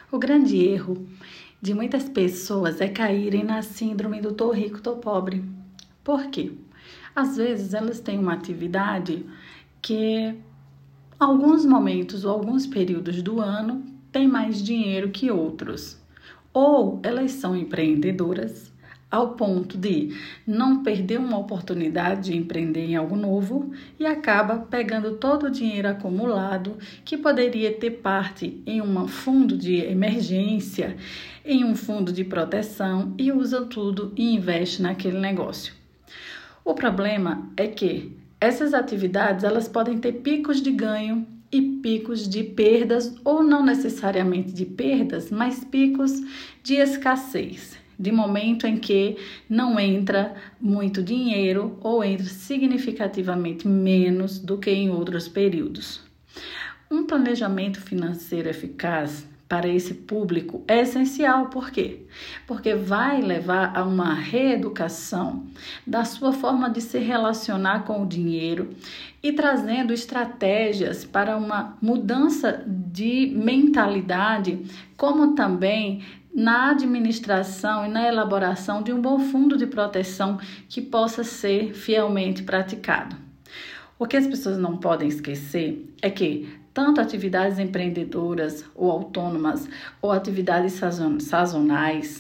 O grande erro de muitas pessoas é caírem na síndrome do tô rico, tô pobre. Por quê? Às vezes elas têm uma atividade que, alguns momentos ou alguns períodos do ano, tem mais dinheiro que outros. Ou elas são empreendedoras ao ponto de não perder uma oportunidade de empreender em algo novo e acaba pegando todo o dinheiro acumulado que poderia ter parte em um fundo de emergência, em um fundo de proteção e usa tudo e investe naquele negócio. O problema é que essas atividades elas podem ter picos de ganho e picos de perdas, ou não necessariamente de perdas, mas picos de escassez, de momento em que não entra muito dinheiro ou entra significativamente menos do que em outros períodos. Um planejamento financeiro eficaz para esse público é essencial. Por quê? Porque vai levar a uma reeducação da sua forma de se relacionar com o dinheiro e trazendo estratégias para uma mudança de mentalidade, como também na administração e na elaboração de um bom fundo de proteção que possa ser fielmente praticado. O que as pessoas não podem esquecer é que tanto atividades empreendedoras ou autônomas ou atividades sazonais,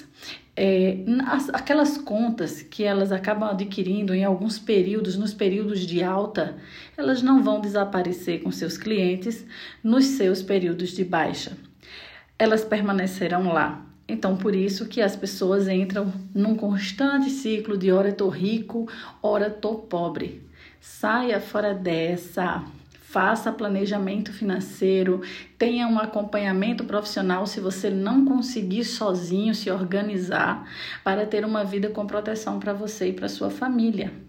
aquelas contas que elas acabam adquirindo em alguns períodos, nos períodos de alta, elas não vão desaparecer com seus clientes nos seus períodos de baixa. Elas permanecerão lá. Então, por isso que as pessoas entram num constante ciclo de ora tô rico, ora tô pobre. Saia fora dessa. Faça planejamento financeiro, tenha um acompanhamento profissional se você não conseguir sozinho se organizar para ter uma vida com proteção para você e para sua família.